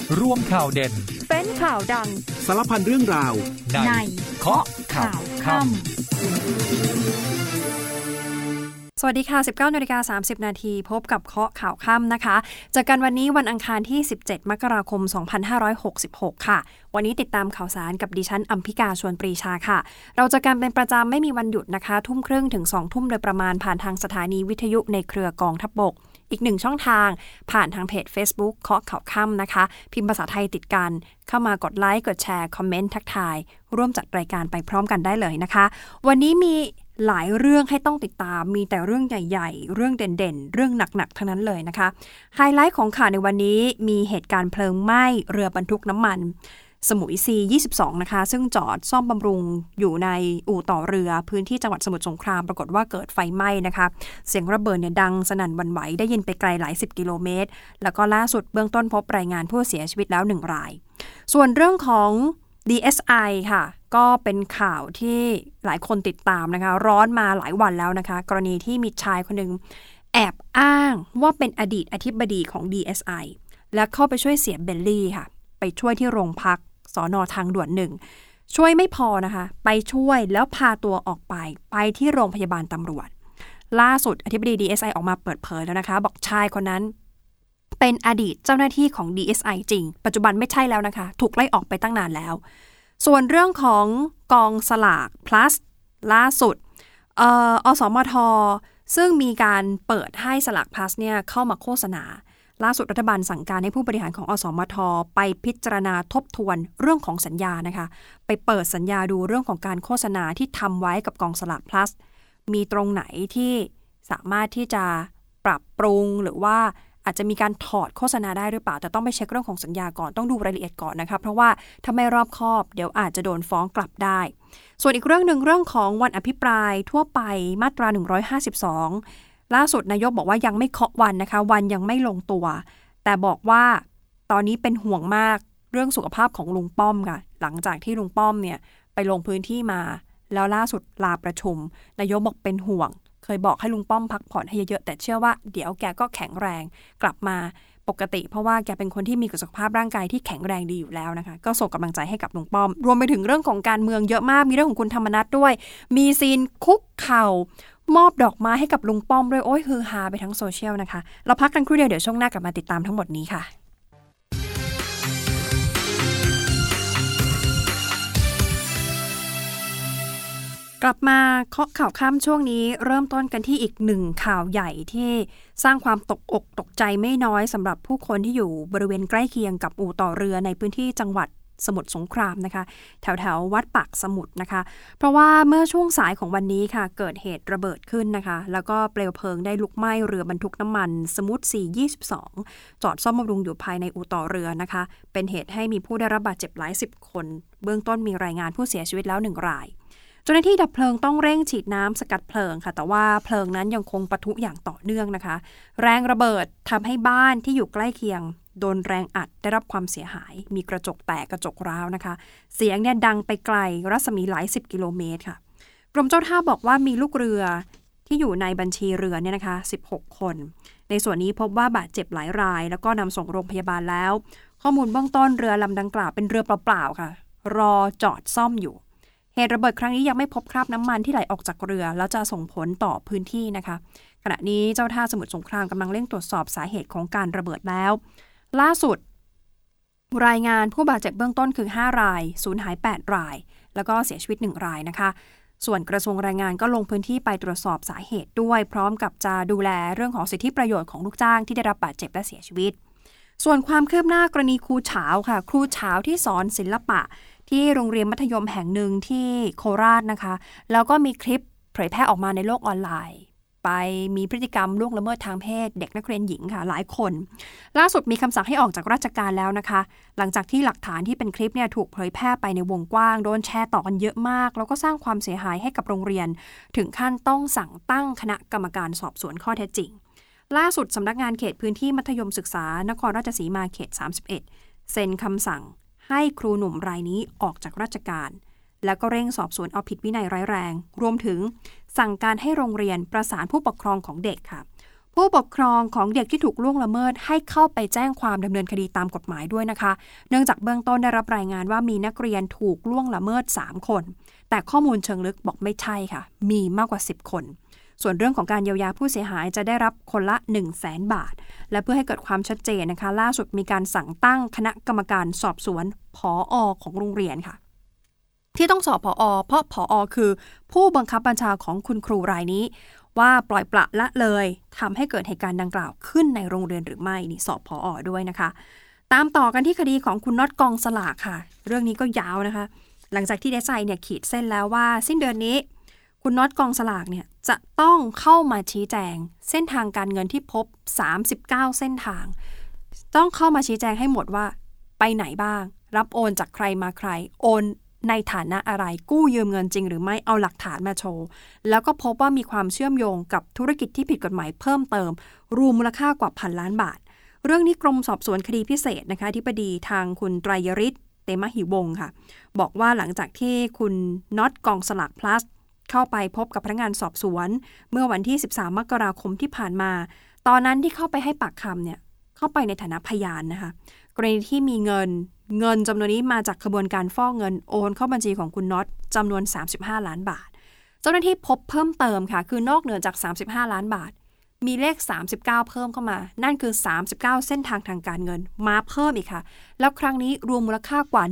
ร่วมข่าวเด่นเป็นข่าวดังสารพันเรื่องราวในเคาะข่าวค่ำสวัสดีค่ะ 19:30 น.พบกับเคาะข่าวค่ำนะคะเจอกันวันนี้วันอังคารที่17 มกราคม 2566 ค่ะวันนี้ติดตามข่าวสารกับดิฉันอัมพิกาชวนปรีชาค่ะเราจะกันเป็นประจำไม่มีวันหยุดนะคะ ทุ่มครึ่งถึง 2 ทุ่มโดยประมาณผ่านทางสถานีวิทยุในเครือกองทัพบกอีกหนึ่งช่องทางผ่านทางเพจ Facebook เคาะข่าวค่ำนะคะพิมพ์ภาษาไทยติดกันเข้ามากดไลค์กดแชร์คอมเมนต์ทักทายร่วมจัดรายการไปพร้อมกันได้เลยนะคะวันนี้มีหลายเรื่องให้ต้องติดตามมีแต่เรื่องใหญ่ๆเรื่องเด่นๆเรื่องหนักๆทั้งนั้นเลยนะคะไฮไลท์ของข่าวในวันนี้มีเหตุการณ์เพลิงไหม้เรือบรรทุกน้ำมันสมุยซี22นะคะซึ่งจอดซ่อมบำรุงอยู่ในอู่ต่อเรือพื้นที่จังหวัดสมุทรสงครามปรากฏว่าเกิดไฟไหม้นะคะเสียงระเบิดเนี่ยดังสนั่นหวั่นไหวได้ยินไปไกลหลาย10กิโลเมตรแล้วก็ล่าสุดเบื้องต้นพบรายงานผู้เสียชีวิตแล้ว1รายส่วนเรื่องของ DSI ค่ะก็เป็นข่าวที่หลายคนติดตามนะคะร้อนมาหลายวันแล้วนะคะกรณีที่มีชายคนหนึ่งแอบอ้างว่าเป็นอดีตอธิบดีของ DSI และเข้าไปช่วยเสียเบลลี่ค่ะไปช่วยที่โรงพักสน.ทางด่วน1ช่วยไม่พอนะคะไปช่วยแล้วพาตัวออกไปที่โรงพยาบาลตำรวจล่าสุดอธิบดี DSI ออกมาเปิดเผยแล้วนะคะบอกชายคนนั้นเป็นอดีตเจ้าหน้าที่ของ DSI จริงปัจจุบันไม่ใช่แล้วนะคะถูกไล่ออกไปตั้งนานแล้วส่วนเรื่องของกองสลาก plus ล่าสุดอสมทซึ่งมีการเปิดให้สลาก plus เนี่ยเข้ามาโฆษณาล่าสุดรัฐบาลสั่งการให้ผู้บริหารของอสมทไปพิจารณาทบทวนเรื่องของสัญญานะคะไปเปิดสัญญาดูเรื่องของการโฆษณาที่ทำไว้กับกองสลาก plus มีตรงไหนที่สามารถที่จะปรับปรุงหรือว่าอาจจะมีการถอดโฆษณาได้หรือเปล่าแต่ต้องไปเช็คเรื่องของสัญญาก่อนต้องดูรายละเอียดก่อนนะคะเพราะว่าถ้าไม่รอบคอบเดี๋ยวอาจจะโดนฟ้องกลับได้ส่วนอีกเรื่องหนึ่งเรื่องของวันอภิปรายทั่วไปมาตรา152ล่าสุดนายกบอกว่ายังไม่เคาะวันนะคะวันยังไม่ลงตัวแต่บอกว่าตอนนี้เป็นห่วงมากเรื่องสุขภาพของลุงป้อมค่ะหลังจากที่ลุงป้อมเนี่ยไปลงพื้นที่มาแล้วล่าสุดลาประชุมนายกบอกเป็นห่วงเคยบอกให้ลุงป้อมพักผ่อนให้เยอะๆแต่เชื่อว่าเดี๋ยวแกก็แข็งแรงกลับมาปกติเพราะว่าแกเป็นคนที่มีสุขภาพร่างกายที่แข็งแรงดีอยู่แล้วนะคะก็ส่งกำลังใจให้กับลุงป้อมรวมไปถึงเรื่องของการเมืองเยอะมากมีเรื่องของคุณธรรมนัสด้วยมีซีนคุกเข่ามอบดอกไม้ให้กับลุงป้อมด้วยโอ้ยฮือฮาไปทั้งโซเชียลนะคะเราพักกันครู่เดียวเดี๋ยวช่วงหน้ากลับมาติดตามทั้งหมดนี้ค่ะกลับมาเคาะข่าวค่ำช่วงนี้เริ่มต้นกันที่อีกหนึ่งข่าวใหญ่ที่สร้างความตกอกตกใจไม่น้อยสำหรับผู้คนที่อยู่บริเวณใกล้เคียงกับอู่ต่อเรือในพื้นที่จังหวัดสมุทรสงครามนะคะแถววัดปากสมุทรนะคะเพราะว่าเมื่อช่วงสายของวันนี้ค่ะเกิดเหตุระเบิดขึ้นนะคะแล้วก็เปลวเพลิงได้ลุกไหม้เรือบรรทุกน้ำมันสมุทร422จอดซ่อมบำรุงอยู่ภายในอู่ต่อเรือนะคะเป็นเหตุให้มีผู้ได้รับบาดเจ็บหลาย10คนเบื้องต้นมีรายงานผู้เสียชีวิตแล้ว1รายเจ้าหน้าที่ดับเพลิงต้องเร่งฉีดน้ำสกัดเพลิงค่ะแต่ว่าเพลิงนั้นยังคงปะทุอย่างต่อเนื่องนะคะแรงระเบิดทำให้บ้านที่อยู่ใกล้เคียงโดนแรงอัดได้รับความเสียหายมีกระจกแตกกระจกร้าวนะคะเสียงเนี่ยดังไปไกลรัศมีหลาย10กิโลเมตรค่ะกรมเจ้าท่าบอกว่ามีลูกเรือที่อยู่ในบัญชีเรือเนี่ยนะคะ16คนในส่วนนี้พบว่าบาดเจ็บหลายรายแล้วก็นำส่งโรงพยาบาลแล้วข้อมูลเบื้องต้นเรือลำดังกล่าวเป็นเรือเปล่าๆค่ะรอจอดซ่อมอยู่เหตุระเบิดครั้งนี้ยังไม่พบคราบน้ำมันที่ไหลออกจากเรือแล้วจะส่งผลต่อพื้นที่นะคะขณะนี้เจ้าท่าสมุทรสงครามกำลังเร่งตรวจสอบสาเหตุของการระเบิดแล้วล่าสุดรายงานผู้บาดเจ็บเบื้องต้นคือ5รายสูญหาย8รายแล้วก็เสียชีวิต1รายนะคะส่วนกระทรวงแรงงานก็ลงพื้นที่ไปตรวจสอบสาเหตุด้วยพร้อมกับจะดูแลเรื่องของสิทธิประโยชน์ของลูกจ้างที่ได้รับบาดเจ็บและเสียชีวิตส่วนความคืบหน้ากรณีครูเฉาค่ะครูเฉาที่สอนศิลปะที่โรงเรียนมัธยมแห่งหนึ่งที่โคราชนะคะแล้วก็มีคลิปเผยแพร่ออกมาในโลกออนไลน์ไปมีพฤติกรรมล่วงละเมิดทางเพศเด็กนักเรียนหญิงค่ะหลายคนล่าสุดมีคำสั่งให้ออกจากราชการแล้วนะคะหลังจากที่หลักฐานที่เป็นคลิปเนี่ยถูกเผยแพร่ไปในวงกว้างโดนแชร์ต่อกันเยอะมากแล้วก็สร้างความเสียหายให้กับโรงเรียนถึงขั้นต้องสั่งตั้งคณะกรรมการสอบสวนข้อเท็จจริงล่าสุดสำนักงานเขตพื้นที่มัธยมศึกษานครราชสีมาเขต31เซ็นคำสั่งให้ครูหนุ่มรายนี้ออกจากราชการแล้วก็เร่งสอบสวนเอาผิดวินัยร้ายแรงรวมถึงสั่งการให้โรงเรียนประสานผู้ปกครองของเด็กค่ะผู้ปกครองของเด็กที่ถูกล่วงละเมิดให้เข้าไปแจ้งความดำเนินคดีตามกฎหมายด้วยนะคะเนื่องจากเบื้องต้นได้รับรายงานว่ามีนักเรียนถูกล่วงละเมิด3คนแต่ข้อมูลเชิงลึกบอกไม่ใช่ค่ะมีมากกว่า10คนส่วนเรื่องของการเยียวยาผู้เสียหายจะได้รับคนละ 100,000 บาทและเพื่อให้เกิดความชัดเจนนะคะล่าสุดมีการสั่งตั้งคณะกรรมการสอบสวนผอ.ของโรงเรียนค่ะที่ต้องสอบผอ.เพราะผอ.คือผู้บังคับบัญชาของคุณครูรายนี้ว่าปล่อยปละละเลยทำให้เกิดเหตุการณ์ดังกล่าวขึ้นในโรงเรียนหรือไม่นี่สอบผอ.ด้วยนะคะตามต่อกันที่คดีของคุณน็อตกองสลากค่ะเรื่องนี้ก็ยาวนะคะหลังจากที่DSIเนี่ยขีดเส้นแล้วว่าสิ้นเดือนนี้คุณน็อตกองสลากเนี่ยจะต้องเข้ามาชี้แจงเส้นทางการเงินที่พบ39เส้นทางต้องเข้ามาชี้แจงให้หมดว่าไปไหนบ้างรับโอนจากใครมาใครโอนในฐานะอะไรกู้ยืมเงินจริงหรือไม่เอาหลักฐานมาโชว์แล้วก็พบว่ามีความเชื่อมโยงกับธุรกิจที่ผิดกฎหมายเพิ่มเติมรวมมูลค่ากว่า1,000 ล้านบาทเรื่องนี้กรมสอบสวนคดีพิเศษนะคะอธิบดีทางคุณไตรยฤทธิ์เตมหิวงศ์ค่ะบอกว่าหลังจากที่คุณน็อตกองสลาก plus เข้าไปพบกับพนักงานสอบสวนเมื่อวันที่13มกราคมที่ผ่านมาตอนนั้นที่เข้าไปให้ปากคำเนี่ยเข้าไปในฐานะพยานนะคะกรณีที่มีเงินจำนวนนี้มาจากขบวนการฟอกเงินโอนเข้าบัญชีของคุณน็อตจำนวน35ล้านบาทเจ้าหน้าที่พบเพิ่มเติมค่ะคือนอกเหนือจาก35ล้านบาทมีเลข39เพิ่มเข้ามานั่นคือ39เส้นทางทางการเงินมาเพิ่มอีกค่ะแล้วครั้งนี้รวมมูลค่ากว่า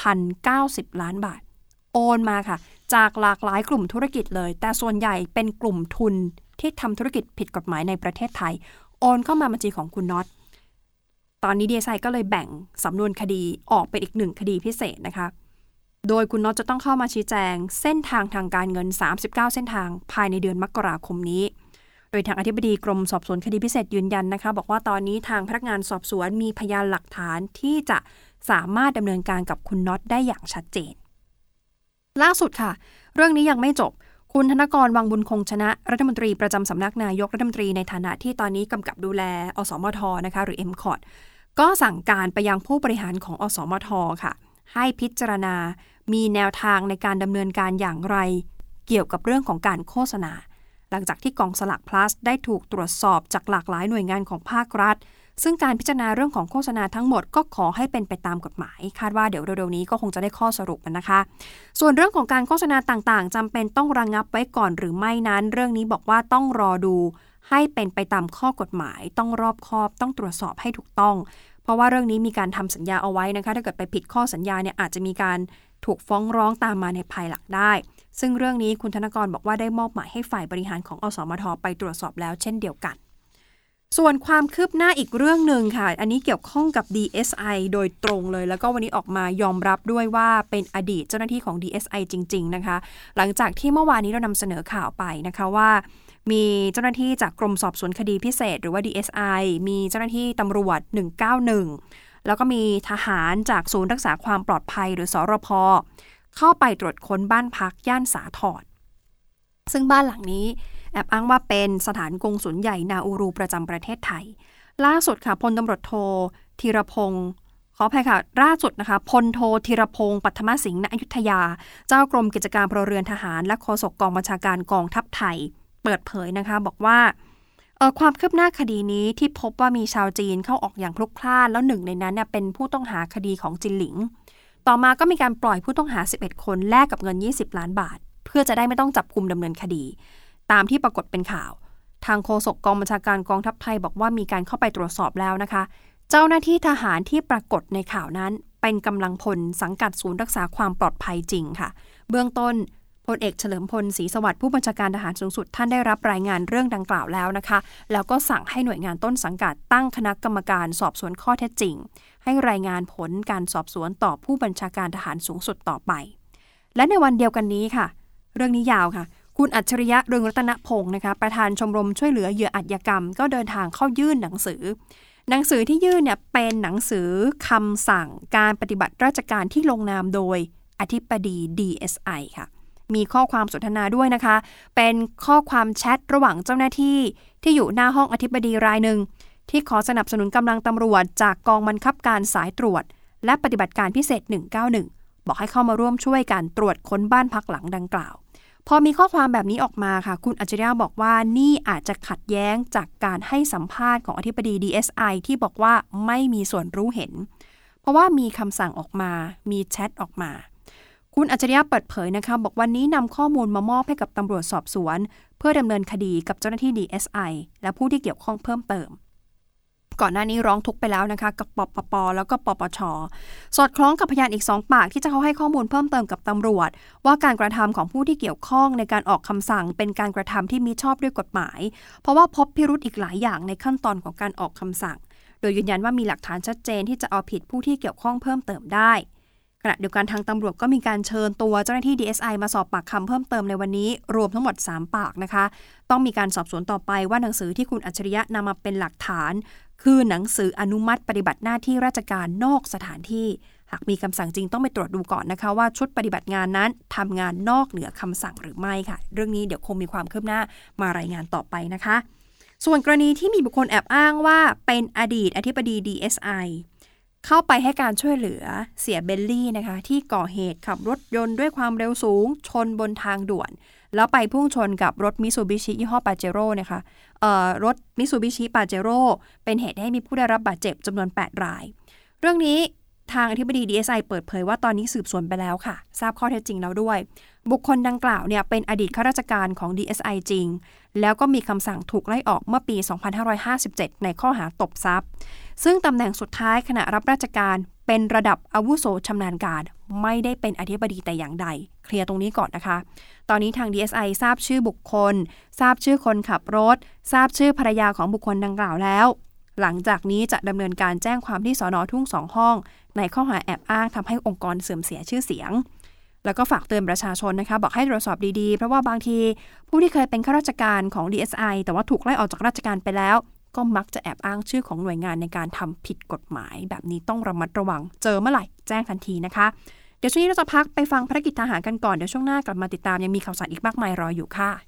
1,090 ล้านบาทโอนมาค่ะจากหลากหลายกลุ่มธุรกิจเลยแต่ส่วนใหญ่เป็นกลุ่มทุนที่ทำธุรกิจผิดกฎหมายในประเทศไทยโอนเข้ามาบัญชีของคุณน็อตตอนนี้DSIก็เลยแบ่งสำนวนคดีออกเป็นอีก1คดีพิเศษนะคะโดยคุณน็อตจะต้องเข้ามาชี้แจงเส้นทางทางการเงิน39เส้นทางภายในเดือนมกราคมนี้โดยทางอธิบดีกรมสอบสวนคดีพิเศษยืนยันนะคะบอกว่าตอนนี้ทางพนักงานสอบสวนมีพยานหลักฐานที่จะสามารถดำเนินการกับคุณน็อตได้อย่างชัดเจนล่าสุดค่ะเรื่องนี้ยังไม่จบคุณธนกรวังบุญคงชนะรัฐมนตรีประจำสำนักนายกรัฐมนตรีในฐานะที่ตอนนี้กำกับดูแลอสมทนะคะหรือ MCOT ก็สั่งการไปยังผู้บริหารของอสมทค่ะให้พิจารณามีแนวทางในการดำเนินการอย่างไรเกี่ยวกับเรื่องของการโฆษณาหลังจากที่กองสลาก plus ได้ถูกตรวจสอบจากหลากหลายหน่วยงานของภาครัฐซึ่งการพิจารณาเรื่องของโฆษณาทั้งหมดก็ขอให้เป็นไปตามกฎหมายคาดว่าเดี๋ยวเร็วๆนี้ก็คงจะได้ข้อสรุปนะคะส่วนเรื่องของการโฆษณาต่างๆจำเป็นต้องระงับไว้ก่อนหรือไม่นั้นเรื่องนี้บอกว่าต้องรอดูให้เป็นไปตามข้อกฎหมายต้องรอบคอบต้องตรวจสอบให้ถูกต้องเพราะว่าเรื่องนี้มีการทำสัญญาเอาไว้นะคะถ้าเกิดไปผิดข้อสัญญาเนี่ยอาจจะมีการถูกฟ้องร้องตามมาในภายหลังได้ซึ่งเรื่องนี้คุณธนกรบอกว่าได้มอบหมายให้ฝ่ายบริหารของอสมทไปตรวจสอบแล้วเช่นเดียวกันส่วนความคืบหน้าอีกเรื่องหนึ่งค่ะอันนี้เกี่ยวข้องกับ DSI โดยตรงเลยแล้วก็วันนี้ออกมายอมรับด้วยว่าเป็นอดีตเจ้าหน้าที่ของ DSI จริงๆนะคะหลังจากที่เมื่อวานนี้เรานำเสนอข่าวไปนะคะว่ามีเจ้าหน้าที่จากกรมสอบสวนคดีพิเศษหรือว่า DSI มีเจ้าหน้าที่ตำรวจ191แล้วก็มีทหารจากศูนย์รักษาความปลอดภัยหรือสรพ.เข้าไปตรวจค้นบ้านพักย่านสาทรซึ่งบ้านหลังนี้แอบอ้างว่าเป็นสถานกงสุลใหญ่นาอูรูประจำประเทศไทยล่าสุดค่ะพลตำรวจโทธีรพงศ์ขออภัยค่ะล่าสุดนะคะพลโทธีรพงศ์ปัทมสิงห์ณอยุธยาเจ้ากรมกิจการพลเรือนทหารและโฆษกกองบัญชาการกองทัพไทยเปิดเผยนะคะบอกว่าความคืบหน้าคดีนี้ที่พบว่ามีชาวจีนเข้าออกอย่างพลุกพล่านแล้วหนึ่งในนั้นเนี่ยเป็นผู้ต้องหาคดีของจินหลิงต่อมาก็มีการปล่อยผู้ต้องหา11คนแลกกับเงิน20ล้านบาทเพื่อจะได้ไม่ต้องจับกุมดำเนินคดีตามที่ปรากฏเป็นข่าวทางโฆษกกองบัญชาการกองทัพไทยบอกว่ามีการเข้าไปตรวจสอบแล้วนะคะเจ้าหน้าที่ทหารที่ปรากฏในข่าวนั้นเป็นกำลังพลสังกัดศูนย์รักษาความปลอดภัยจริงค่ะเบื้องต้นพลเอกเฉลิมพลศรีสวัสดิ์ผู้บัญชาการทหารสูงสุดท่านได้รับรายงานเรื่องดังกล่าวแล้วนะคะแล้วก็สั่งให้หน่วยงานต้นสังกัดตั้งคณะกรรมการสอบสวนข้อเท็จจริงให้รายงานผลการสอบสวนต่อผู้บัญชาการทหารสูงสุดต่อไปและในวันเดียวกันนี้ค่ะเรื่องนี้ยาวค่ะคุณอัจฉริยะ เรืองรัตนพงศ์นะคะประธานชมรมช่วยเหลือเหยื่ออาชญากรรมก็เดินทางเข้ายื่นหนังสือที่ยื่นเนี่ยเป็นหนังสือคำสั่งการปฏิบัติราชการที่ลงนามโดยอธิบดี DSI ค่ะมีข้อความสนทนาด้วยนะคะเป็นข้อความแชทระหว่างเจ้าหน้าที่ที่อยู่หน้าห้องอธิบดีรายหนึ่งที่ขอสนับสนุนกำลังตำรวจจากกองบังคับการสายตรวจและปฏิบัติการพิเศษ191บอกให้เข้ามาร่วมช่วยกันตรวจค้นบ้านพักหลังดังกล่าวพอมีข้อความแบบนี้ออกมาค่ะคุณอัจฉริยะบอกว่านี่อาจจะขัดแย้งจากการให้สัมภาษณ์ของอธิบดี DSI ที่บอกว่าไม่มีส่วนรู้เห็นเพราะว่ามีคำสั่งออกมามีแชทออกมาคุณอัจฉริยะเปิดเผยนะคะบอกวันนี้นำข้อมูลมามอบให้กับตำรวจสอบสวนเพื่อดำเนินคดีกับเจ้าหน้าที่ DSI และผู้ที่เกี่ยวข้องเพิ่มเติมก่อนหน้านี้ร้องทุกข์ไปแล้วนะคะกับปปป.แล้วก็ปปช.สอดคล้องกับพยานอีก2 ปากที่จะเขาให้ข้อมูลเพิ่มเติมกับตำรวจว่าการกระทำของผู้ที่เกี่ยวข้องในการออกคำสั่งเป็นการกระทำที่มิชอบด้วยกฎหมายเพราะว่าพบพิรุธอีกหลายอย่างในขั้นตอนของการออกคำสั่งโดยยืนยันว่ามีหลักฐานชัดเจนที่จะเอาผิดผู้ที่เกี่ยวข้องเพิ่มเติมได้ขณะเดียวกันทางตำรวจก็มีการเชิญตัวเจ้าหน้าที่ DSI มาสอบปากคำเพิ่มเติมในวันนี้รวมทั้งหมด3 ปากนะคะต้องมีการสอบสวนต่อไปว่าหนังสือที่คุณอัจฉริยะนำมาเป็นหลักฐานคือหนังสืออนุมัติปฏิบัติหน้าที่ราชการนอกสถานที่หากมีคำสั่งจริงต้องไปตรวจดูก่อนนะคะว่าชุดปฏิบัติงานนั้นทำงานนอกเหนือคำสั่งหรือไม่ค่ะเรื่องนี้เดี๋ยวคงมีความคืบหน้ามารายงานต่อไปนะคะส่วนกรณีที่มีบุคคลแอบอ้างว่าเป็นอดีตอธิบดี DSIเข้าไปให้การช่วยเหลือเสียเบลลี่นะคะที่ก่อเหตุขับรถยนต์ด้วยความเร็วสูงชนบนทางด่วนแล้วไปพุ่งชนกับรถมิตซูบิชิยี่ห้อปาเจโร่นะคะรถมิตซูบิชิปาเจโร่เป็นเหตุให้มีผู้ได้รับบาดเจ็บจำนวน8 รายเรื่องนี้ทางอธิบดี DSI เปิดเผยว่าตอนนี้สืบสวนไปแล้วค่ะทราบข้อเท็จจริงแล้วด้วยบุคคลดังกล่าวเนี่ยเป็นอดีตข้าราชการของ DSI จริงแล้วก็มีคำสั่งถูกไล่ออกเมื่อปี 2557 ในข้อหาตบทรัพย์ซึ่งตำแหน่งสุดท้ายขณะรับราชการเป็นระดับอาวุโสชำนาญการไม่ได้เป็นอธิบดีแต่อย่างใดเคลียร์ตรงนี้ก่อนนะคะตอนนี้ทาง DSI ทราบชื่อบุคคลทราบชื่อคนขับรถทราบชื่อภรรยาของบุคคลดังกล่าวแล้วหลังจากนี้จะดำเนินการแจ้งความที่สน.ทุ่ง2 ห้องในข้อหาแอบอ้างทำให้องค์กรเสื่อมเสียชื่อเสียงแล้วก็ฝากเตือนประชาชนนะคะบอกให้ตรวจสอบดีๆเพราะว่าบางทีผู้ที่เคยเป็นข้าราชการของ DSI แต่ว่าถูกไล่ออกจากราชการไปแล้วก็มักจะแอบอ้างชื่อของหน่วยงานในการทำผิดกฎหมายแบบนี้ต้องระมัดระวังเจอเมื่อไหร่แจ้งทันทีนะคะเดี๋ยวช่วงนี้เราจะพักไปฟังภารกิจทหารกันก่อนเดี๋ยวช่วงหน้ากลับมาติดตามยังมีข่าวสารอีกมากมายรออยู่ค่ะ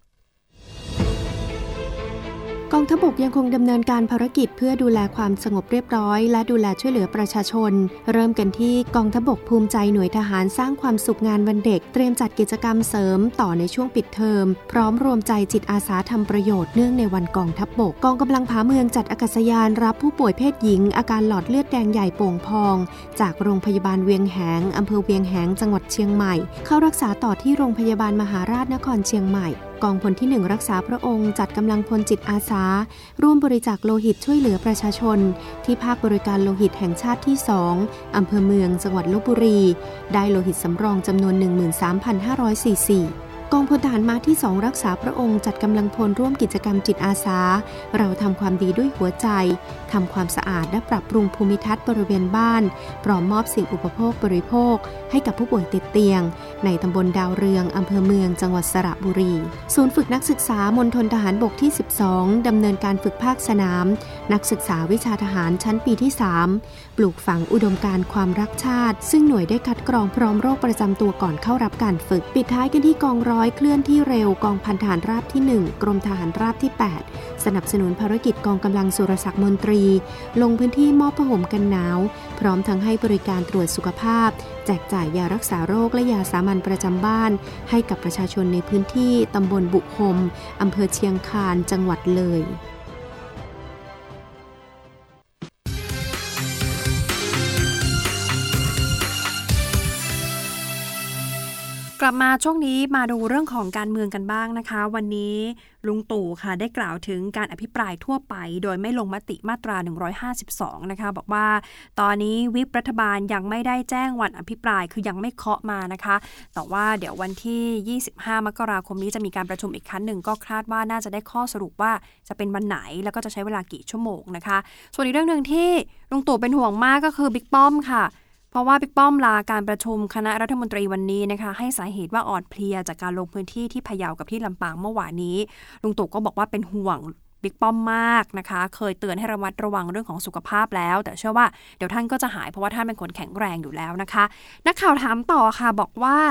กองทัพบกยังคงดำเนินการภารกิจเพื่อดูแลความสงบเรียบร้อยและดูแลช่วยเหลือประชาชนเริ่มกันที่กองทัพบกภูมิใจหน่วยทหารสร้างความสุขงานวันเด็กเตรียมจัดกิจกรรมเสริมต่อในช่วงปิดเทอมพร้อมรวมใจจิตอาสาทำประโยชน์เนื่องในวันกองทัพบกกองกำลังผาเมืองจัดอากาศยานรับผู้ป่วยเพศหญิงอาการหลอดเลือดแดงใหญ่โป่งพองจากโรงพยาบาลเวียงแหงอำเภอเวียงแหงจังหวัดเชียงใหม่เข้ารักษาต่อที่โรงพยาบาลมหาราชนครเชียงใหม่กองพลที่1รักษาพระองค์จัดกำลังพลจิตอาสาร่วมบริจาคโลหิตช่วยเหลือประชาชนที่ภาคบริการโลหิตแห่งชาติที่2อำเภอเมืองจังหวัดลพบุรีได้โลหิตสำรองจำนวน 13,500 ซีซีกองพลทหารม้าที่2รักษาพระองค์จัดกำลังพลร่วมกิจกรรมจิตอาสาเราทำความดีด้วยหัวใจทำความสะอาดและปรับปรุงภูมิทัศน์บริเวณบ้านพร้อมมอบสิ่งอุปโภคบริโภคให้กับผู้ป่วยติดเตียงในตำบลดาวเรืองอำเภอเมืองจังหวัดสระบุรีศูนย์ฝึกนักศึกษามณฑลทหารบกที่12ดำเนินการฝึกภาคสนามนักศึกษาวิชาทหารชั้นปีที่3ปลูกฝังอุดมการณ์ความรักชาติซึ่งหน่วยได้คัดกรองพร้อมโรคประจำตัวก่อนเข้ารับการฝึกปิดท้ายกันที่กองร้อยเคลื่อนที่เร็วกองพันทหารราบที่1กรมทหารราบที่8สนับสนุนภารกิจกองกำลังสุรศักดิ์มนตรีลงพื้นที่มอบผ้าห่มกันหนาวพร้อมทั้งให้บริการตรวจสุขภาพแจกจ่ายยารักษาโรคและยาสามัญประจำบ้านให้กับประชาชนในพื้นที่ตำบลบุพมอำเภอเชียงคานจังหวัดเลยกลับมาช่วงนี้มาดูเรื่องของการเมืองกันบ้างนะคะวันนี้ลุงตู่ค่ะได้กล่าวถึงการอภิปรายทั่วไปโดยไม่ลงมติมาตรา152นะคะบอกว่าตอนนี้วิปรัฐบาลยังไม่ได้แจ้งวันอภิปรายคือยังไม่เคาะมานะคะแต่ว่าเดี๋ยววันที่25มกราคมนี้จะมีการประชุมอีกครั้งหนึ่งก็คาดว่าน่าจะได้ข้อสรุปว่าจะเป็นวันไหนแล้วก็จะใช้เวลากี่ชั่วโมงนะคะส่วนอีกเรื่องนึงที่ลุงตู่เป็นห่วงมากก็คือบิ๊กป้อมค่ะเพราะว่าบิ๊กป้อมลาการประชุมคณะรัฐมนตรีวันนี้นะคะให้สาเหตุว่าอ่อนเพลียจากการลงพื้นที่ที่พะเยากับที่ลำปางเมื่อวานนี้ลุงตู่ก็บอกว่าเป็นห่วงบิ๊กป้อมมากนะคะเคยเตือนให้ระมัดระวังเรื่องของสุขภาพแล้วแต่เชื่อว่าเดี๋ยวท่านก็จะหายเพราะว่าท่านเป็นคนแข็งแรงอยู่แล้วนะคะนักข่าวถามต่อค่ะบอกว่า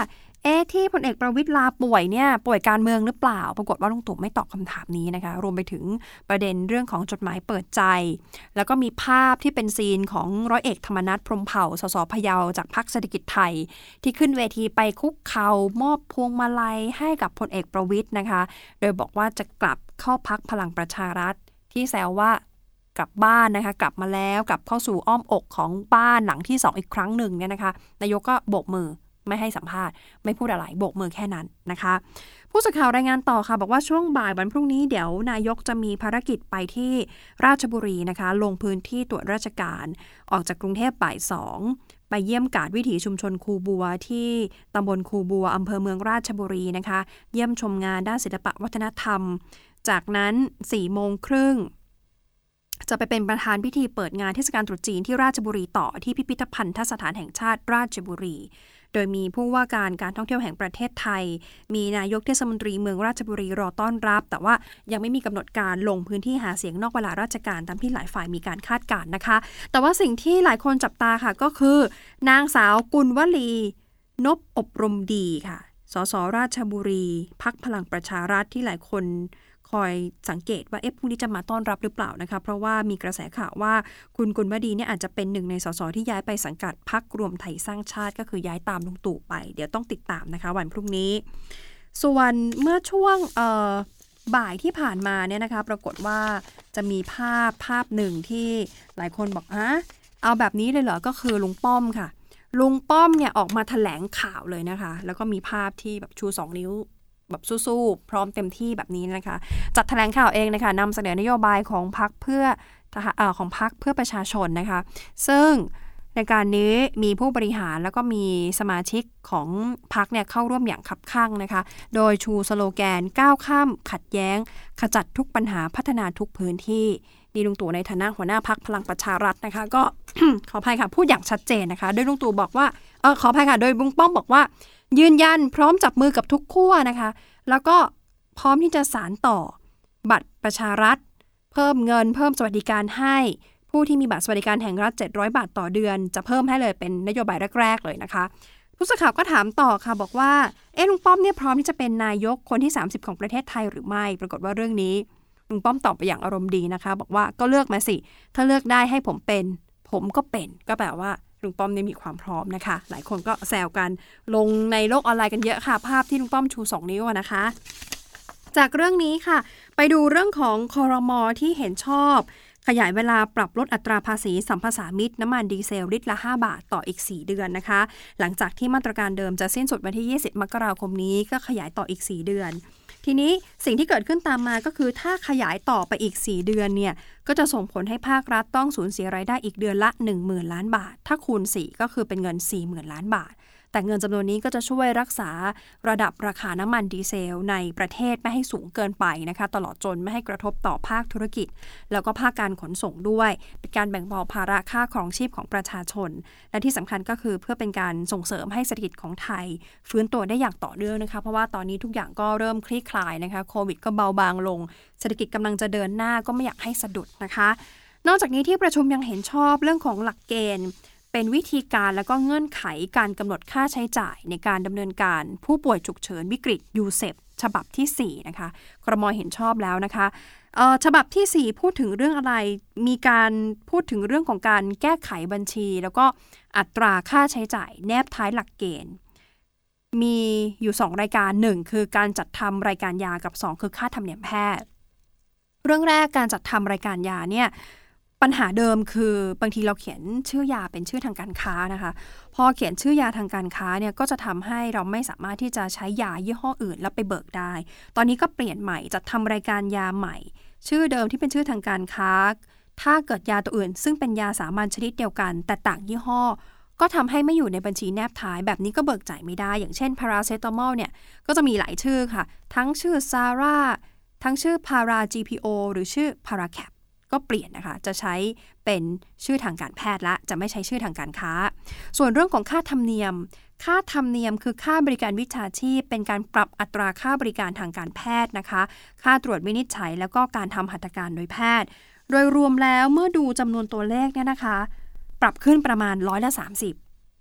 ที่พลเอกประวิตรลาป่วยเนี่ยป่วยการเมืองหรือเปล่าปรากฏว่าลุงตู่ไม่ตอบคำถามนี้นะคะรวมไปถึงประเด็นเรื่องของจดหมายเปิดใจแล้วก็มีภาพที่เป็นซีนของร้อยเอกธรรมนัสพรหมเผ่าสสพะเยาจากพรรคเศรษฐกิจไทยที่ขึ้นเวทีไปคุกเข่ามอบพวงมาลัยให้กับพลเอกประวิตรนะคะโดยบอกว่าจะกลับเข้าพรรคพลังประชารัฐที่แซวว่ากลับบ้านนะคะกลับมาแล้วกลับเข้าสู่อ้อมอกของบ้านหลังที่2อีกครั้งหนึ่งเนี่ยนะคะนายกก็โบกมือไม่ให้สัมภาษณ์ไม่พูดอะไรโบกมือแค่นั้นนะคะผู้สื่อข่าวรายงานต่อค่ะบอกว่าช่วงบ่ายวันพรุ่งนี้เดี๋ยวนายกจะมีภารกิจไปที่ราชบุรีนะคะลงพื้นที่ตรวจราชการออกจากกรุงเทพบ่าย2ไปเยี่ยมการวิถีชุมชนคูบัวที่ตำบลคูบัวอำเภอเมืองราชบุรีนะคะเยี่ยมชมงานด้านศิลปะวัฒนธรรมจากนั้น 4:30 น.จะไปเป็นประธานพิธีเปิดงานเทศกาลตรุษจีนที่ราชบุรีต่อที่พิพิธภัณฑสถานแห่งชาติราชบุรีโดยมีผู้ว่าการท่องเที่ยวแห่งประเทศไทยมีนายกเทศมนตรีเมืองราชบุรีรอต้อนรับแต่ว่ายังไม่มีกำหนดการลงพื้นที่หาเสียงนอกเวลาราชการตามที่หลายฝ่ายมีการคาดการณ์นะคะแต่ว่าสิ่งที่หลายคนจับตาค่ะก็คือนางสาวกุลวลีนพอบรมดีค่ะสสราชบุรีพรรคพลังประชารัฐที่หลายคนคอยสังเกตว่าพรุ่งนี้จะมาต้อนรับหรือเปล่านะคะเพราะว่ามีกระแสข่าวว่าคุณกุลวดีเนี่ยอาจจะเป็นหนึ่งในสสที่ย้ายไปสังกัดพรรครวมไทยสร้างชาติก็คือย้ายตามลุงตู่ไปเดี๋ยวต้องติดตามนะคะวันพรุ่งนี้ส่วนเมื่อช่วงบ่ายที่ผ่านมาเนี่ยนะคะปรากฏว่าจะมีภาพหนึ่งที่หลายคนบอกเอาแบบนี้เลยเหรอก็คือลุงป้อมค่ะลุงป้อมเนี่ยออกมาแถลงข่าวเลยนะคะแล้วก็มีภาพที่แบบชู2 นิ้วแบบสู้ๆพร้อมเต็มที่แบบนี้นะคะจัดแถลงข่าวเองนะคะนำเสนอนโยบายของพรรคเพื่อประชาชนนะคะซึ่งในการนี้มีผู้บริหารแล้วก็มีสมาชิกของพรรคเนี่ยเข้าร่วมอย่างคับคั่งนะคะโดยชูสโลแกนก้าวข้ามขัดแย้งขจัดทุกปัญหาพัฒนาทุกพื้นที่นี่ลุงตู่ในฐานะหัวหน้าพรรคพลังประชารัฐนะคะก็ ขออภัยค่ะพูดอย่างชัดเจนนะคะโดยลุงตู่บอกว่าขออภัยค่ะโดยลุงป้อมบอกว่ายืนยันพร้อมจับมือกับทุกขั้วนะคะแล้วก็พร้อมที่จะสานต่อบัตรประชารัฐเพิ่มเงินเพิ่มสวัสดิการให้ผู้ที่มีบัตรสวัสดิการแห่งรัฐ700 บาทต่อเดือนจะเพิ่มให้เลยเป็นนโยบายแรกๆเลยนะคะผู้สื่อข่าวก็ถามต่อค่ะบอกว่าลุงป้อมเนี่ยพร้อมที่จะเป็นนายกคนที่30ของประเทศไทยหรือไม่ปรากฏว่าเรื่องนี้ลุงป้อมตอบไปอย่างอารมณ์ดีนะคะบอกว่าก็เลือกมาสิถ้าเลือกได้ให้ผมเป็นผมก็เป็นก็แปลว่าลุงป้อมเนี่ยมีความพร้อมนะคะหลายคนก็แซวกันลงในโลกออนไลน์กันเยอะค่ะภาพที่ลุงป้อมชู2 นิ้วนะคะจากเรื่องนี้ค่ะไปดูเรื่องของครม.ที่เห็นชอบขยายเวลาปรับลดอัตราภาษีสัมปทานมิตรน้ำมันดีเซลลิตรละ5 บาทต่ออีก4 เดือนนะคะหลังจากที่มาตรการเดิมจะสิ้นสุดวันที่20 มกราคมนี้ก็ขยายต่ออีก4 เดือนทีนี้สิ่งที่เกิดขึ้นตามมาก็คือถ้าขยายต่อไปอีก4 เดือนเนี่ยก็จะส่งผลให้ภาครัฐต้องสูญเสียรายได้อีกเดือนละ 10,000 ล้านบาทถ้าคูณ4ก็คือเป็นเงิน 40,000 ล้านบาทแต่เงินจำนวนนี้ก็จะช่วยรักษาระดับราคาน้ำมันดีเซลในประเทศไม่ให้สูงเกินไปนะคะตลอดจนไม่ให้กระทบต่อภาคธุรกิจแล้วก็ภาคการขนส่งด้วยเป็นการแบ่งเบาภาระค่าครองชีพของประชาชนและที่สำคัญก็คือเพื่อเป็นการส่งเสริมให้เศรษฐกิจของไทยฟื้นตัวได้อย่างต่อเนื่องนะคะเพราะว่าตอนนี้ทุกอย่างก็เริ่มคลี่คลายนะคะโควิดก็เบาบางลงเศรษฐกิจกำลังจะเดินหน้าก็ไม่อยากให้สะดุดนะคะนอกจากนี้ที่ประชุมยังเห็นชอบเรื่องของหลักเกณฑ์เป็นวิธีการและก็เงื่อนไขการกำหนดค่าใช้จ่ายในการดำเนินการผู้ป่วยฉุกเฉินวิกฤตยูเซปฉบับที่4นะคะครม.เห็นชอบแล้วนะคะฉบับที่4พูดถึงเรื่องอะไรมีการพูดถึงเรื่องของการแก้ไขบัญชีแล้วก็อัตราค่าใช้จ่ายแนบท้ายหลักเกณฑ์มีอยู่2รายการ1คือการจัดทำรายการยากับ2คือค่าธรรมเนียมแพทย์เรื่องแรกการจัดทำรายการยาเนี่ยปัญหาเดิมคือบางทีเราเขียนชื่อยาเป็นชื่อทางการค้านะคะพอเขียนชื่อยาทางการค้าเนี่ยก็จะทำให้เราไม่สามารถที่จะใช้ยายี่ห้ออื่นแล้วไปเบิกได้ตอนนี้ก็เปลี่ยนใหม่จัดทำรายการยาใหม่ชื่อเดิมที่เป็นชื่อทางการค้าถ้าเกิดยาตัวอื่นซึ่งเป็นยาสามัญชนิดเดียวกันแต่ต่างยี่ห้อก็ทำให้ไม่อยู่ในบัญชีแนบท้ายแบบนี้ก็เบิกจ่ายไม่ได้อย่างเช่นพาราเซตามอลเนี่ยก็จะมีหลายชื่อค่ะทั้งชื่อซาร่าทั้งชื่อพารา GPO หรือชื่อพาราแคปก็เปลี่ยนนะคะจะใช้เป็นชื่อทางการแพทย์ละจะไม่ใช้ชื่อทางการค้าส่วนเรื่องของค่าธรรมเนียมคือค่าบริการวิชาชีพเป็นการปรับอัตราค่าบริการทางการแพทย์นะคะค่าตรวจวินิจฉัยแล้วก็การทำหัตถการโดยแพทย์โดยรวมแล้วเมื่อดูจำนวนตัวเลขเนี่ยนะคะปรับขึ้นประมาณ30%น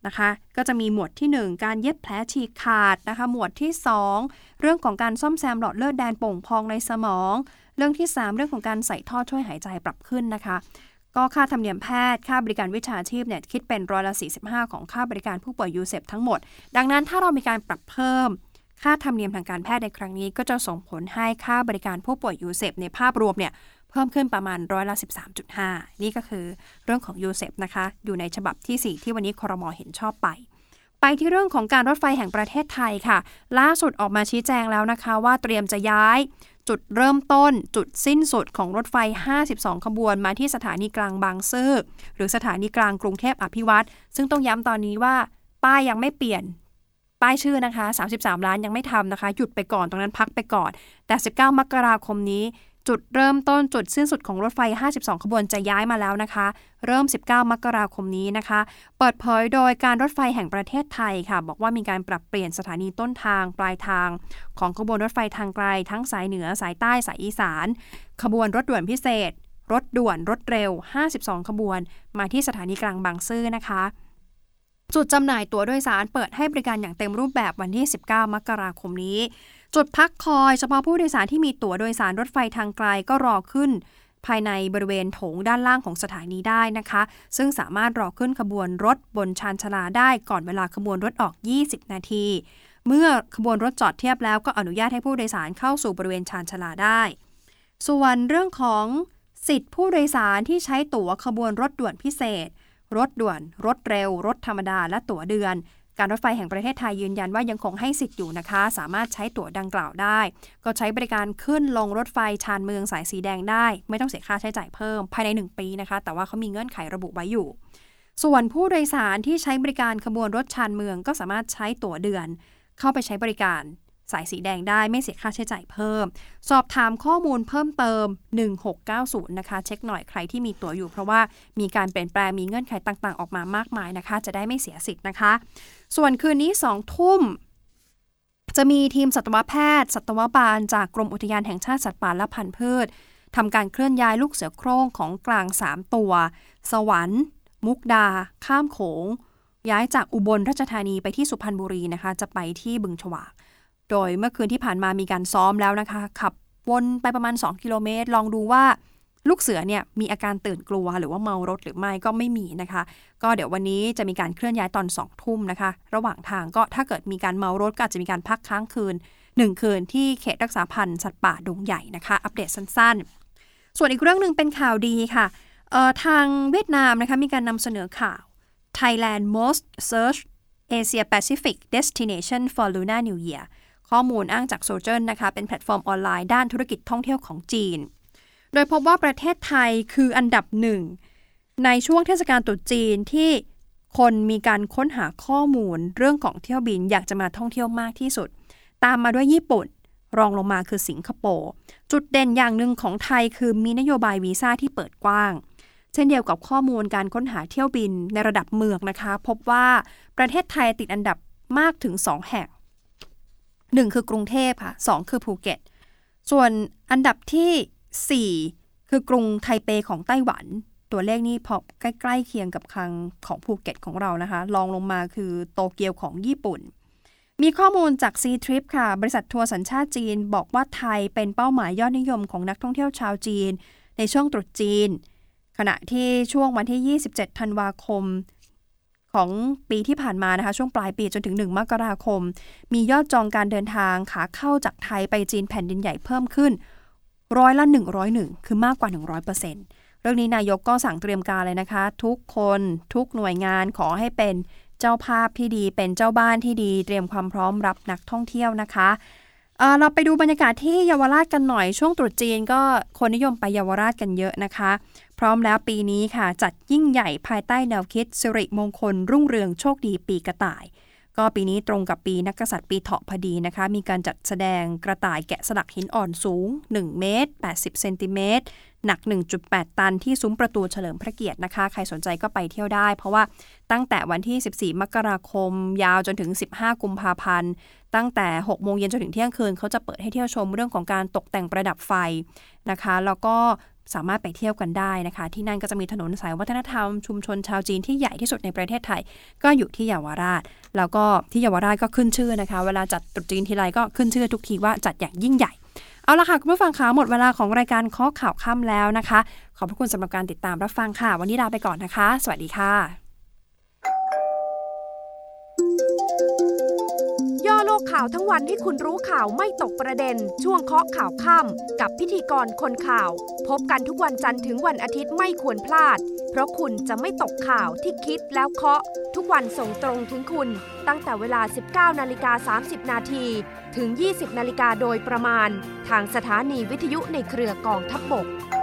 นะคะก็จะมีหมวดที่1การเย็บแผลฉีกขาดนะคะหมวดที่2เรื่องของการซ่อมแซมหลอดเลือดแดงโป่งพองในสมองเรื่องที่3เรื่องของการใส่ท่อช่วยหายใจปรับขึ้นนะคะก็ค่าธรรมเนียมแพทย์ค่าบริการวิชาชีพเนี่ยคิดเป็น45%ของค่าบริการผู้ป่วยยูเซปทั้งหมดดังนั้นถ้าเรามีการปรับเพิ่มค่าธรรมเนียมทางการแพทย์ในครั้งนี้ก็จะส่งผลให้ค่าบริการผู้ป่วยยูเซปในภาพรวมเนี่ยเพิ่มขึ้นประมาณ13.5%นี่ก็คือเรื่องของยูเซปนะคะอยู่ในฉบับที่4ที่วันนี้ครม.เห็นชอบไปที่เรื่องของการรถไฟแห่งประเทศไทยค่ะล่าสุดออกมาชี้แจงแล้วนะคะว่าเตรียมจะย้ายจุดเริ่มต้นจุดสิ้นสุดของรถไฟ52ขบวนมาที่สถานีกลางบางซื่อหรือสถานีกลางกรุงเทพอภิวัตรซึ่งต้องย้ำตอนนี้ว่าป้ายยังไม่เปลี่ยนป้ายชื่อนะคะ33ล้านยังไม่ทำนะคะหยุดไปก่อนตรงนั้นพักไปก่อนแต่19มกราคมนี้จุดเริ่มต้นจุดสิ้นสุดของรถไฟ52ขบวนจะย้ายมาแล้วนะคะเริ่ม19มกราคมนี้นะคะเปิดเผยโดยการรถไฟแห่งประเทศไทยค่ะบอกว่ามีการปรับเปลี่ยนสถานีต้นทางปลายทางของขบวนรถไฟทางไกลทั้งสายเหนือสายใต้สายอีสานขบวนรถด่วนพิเศษรถด่วนรถเร็ว52ขบวนมาที่สถานีกลางบางซื่อนะคะจุดจำหน่ายตั๋วโดยสารเปิดให้บริการอย่างเต็มรูปแบบวันที่19มกราคมนี้จุดพักคอยเฉพาะผู้โดยสารที่มีตั๋วโดยสารรถไฟทางไกลก็รอขึ้นภายในบริเวณโถงด้านล่างของสถานีได้นะคะซึ่งสามารถรอขึ้นขบวนรถบนชานชาลาได้ก่อนเวลาขบวนรถออก20นาทีเมื่อขบวนรถจอดเทียบแล้วก็อนุญาตให้ผู้โดยสารเข้าสู่บริเวณชานชาลาได้ส่วนเรื่องของสิทธิผู้โดยสารที่ใช้ตั๋วขบวนรถด่วนพิเศษรถด่วนรถเร็วรถธรรมดาและตั๋วเดือนการรถไฟแห่งประเทศไทยยืนยันว่ายังคงให้สิทธิ์อยู่นะคะสามารถใช้ตั๋วดังกล่าวได้ก็ใช้บริการขึ้นลงรถไฟชานเมืองสายสีแดงได้ไม่ต้องเสียค่าใช้จ่ายเพิ่มภายใน1ปีนะคะแต่ว่าเขามีเงื่อนไขระบุไว้อยู่ส่วนผู้โดยสารที่ใช้บริการขบวนรถชานเมืองก็สามารถใช้ตั๋วเดือนเข้าไปใช้บริการสายสีแดงได้ไม่เสียค่าใช้จ่ายเพิ่มสอบถามข้อมูลเพิ่มเติม1690นะคะเช็คหน่อยใครที่มีตั๋วอยู่เพราะว่ามีการเปลี่ยนแปลงมีเงื่อนไขต่างๆออกมามากมายนะคะจะได้ไม่เสียสิทธิ์นะคะส่วนคืนนี้20 ทุ่มจะมีทีมสัตวแพทย์สัตวบาลจากกรมอุทยานแห่งชาติสัตว์ป่าและพันธุ์พืชทำการเคลื่อนย้ายลูกเสือโคร่งของกลาง3ตัวสวรรค์มุกดาข้ามโขงย้ายจากอุบลราชธานีไปที่สุพรรณบุรีนะคะจะไปที่บึงฉวากโดยเมื่อคืนที่ผ่านมามีการซ้อมแล้วนะคะขับวนไปประมาณ2กิโลเมตรลองดูว่าลูกเสือเนี่ยมีอาการตื่นกลัวหรือว่าเมารถหรือไม่ก็ไม่มีนะคะก็เดี๋ยววันนี้จะมีการเคลื่อนย้ายตอน20 ทุ่มนะคะระหว่างทางก็ถ้าเกิดมีการเมารถก็อาจจะมีการพักค้างคืน1คืนที่เขตรักษาพันธุ์สัตว์ป่าดงใหญ่นะคะอัปเดตสั้นๆส่วนอีกเรื่องนึงเป็นข่าวดีค่ะทางเวียดนามนะคะมีการนำเสนอข่าว Thailand Most Search Asia Pacific Destination for Lunar New Yearข้อมูลอ้างจากโซเจอร์นะคะเป็นแพลตฟอร์มออนไลน์ด้านธุรกิจท่องเที่ยวของจีนโดยพบว่าประเทศไทยคืออันดับ1ในช่วงเทศกาลตรุษจีนที่คนมีการค้นหาข้อมูลเรื่องของเที่ยวบินอยากจะมาท่องเที่ยวมากที่สุดตามมาด้วยญี่ปุ่นรองลงมาคือสิงคโปร์จุดเด่นอย่างหนึ่งของไทยคือมีนโยบายวีซ่าที่เปิดกว้างเช่นเดียวกับข้อมูลการค้นหาเที่ยวบินในระดับเมืองนะคะพบว่าประเทศไทยติดอันดับมากถึง2แห่ง1คือกรุงเทพค่ะ2คือภูเก็ตส่วนอันดับที่4คือกรุงไทเปของไต้หวันตัวเลขนี้พอใกล้ๆเคียงกับครั้งของภูเก็ตของเรานะคะรองลงมาคือโตเกียวของญี่ปุ่นมีข้อมูลจาก C-Trip ค่ะบริษัททัวร์สัญชาติจีนบอกว่าไทยเป็นเป้าหมายยอดนิยมของนักท่องเที่ยวชาวจีนในช่วงตรุษจีนขณะที่ช่วงวันที่27ธันวาคมของปีที่ผ่านมานะคะช่วงปลายปีจนถึง1มกราคมมียอดจองการเดินทางขาเข้าจากไทยไปจีนแผ่นดินใหญ่เพิ่มขึ้น101%คือมากกว่า 100% เรื่องนี้นายกก็สั่งเตรียมการเลยนะคะทุกคนทุกหน่วยงานขอให้เป็นเจ้าภาพที่ดีเป็นเจ้าบ้านที่ดีเตรียมความพร้อมรับนักท่องเที่ยวนะคะเราไปดูบรรยากาศที่เยาวราชกันหน่อยช่วงตรุษจีนก็คนนิยมไปเยาวราชกันเยอะนะคะพร้อมแล้วปีนี้ค่ะจัดยิ่งใหญ่ภายใต้แนวคิดสิริมงคลรุ่งเรืองโชคดีปีกระต่ายก็ปีนี้ตรงกับปีนักกษัตริย์ปีเถาะพอดีนะคะมีการจัดแสดงกระต่ายแกะสลักหินอ่อนสูง1เมตร80เซนติเมตรหนัก 1.8 ตันที่ซุ้มประตูเฉลิมพระเกียรตินะคะใครสนใจก็ไปเที่ยวได้เพราะว่าตั้งแต่วันที่14มกราคมยาวจนถึง15กุมภาพันธ์ตั้งแต่6โมงเย็นจนถึงเที่ยงคืนเขาจะเปิดให้เที่ยวชมเรื่องของการตกแต่งประดับไฟนะคะแล้วก็สามารถไปเที่ยวกันได้นะคะที่นั่นก็จะมีถนนสายวัฒนธรรมชุมชนชาวจีนที่ใหญ่ที่สุดในประเทศไทยก็อยู่ที่เยาวราชแล้วก็ที่เยาวราชก็ขึ้นชื่อนะคะเวลาจัดตรุษจีนทีไรก็ขึ้นชื่อทุกทีว่าจัดอย่างยิ่งใหญ่เอาละค่ะคุณผู้ฟังคะหมดเวลาของรายการเคาะข่าวค่ำแล้วนะคะขอบพระคุณสำหรับการติดตามรับฟังค่ะวันนี้ลาไปก่อนนะคะสวัสดีค่ะย่อโลกข่าวทั้งวันให้คุณรู้ข่าวไม่ตกประเด็นช่วงเคาะข่าวค่ำกับพิธีกรคนข่าวพบกันทุกวันจันทร์ถึงวันอาทิตย์ไม่ควรพลาดเพราะคุณจะไม่ตกข่าวที่คิดแล้วเคาะทุกวันส่งตรงถึงคุณตั้งแต่เวลา 19:30 น.ถึง 20:00 น.โดยประมาณทางสถานีวิทยุในเครือกองทัพบก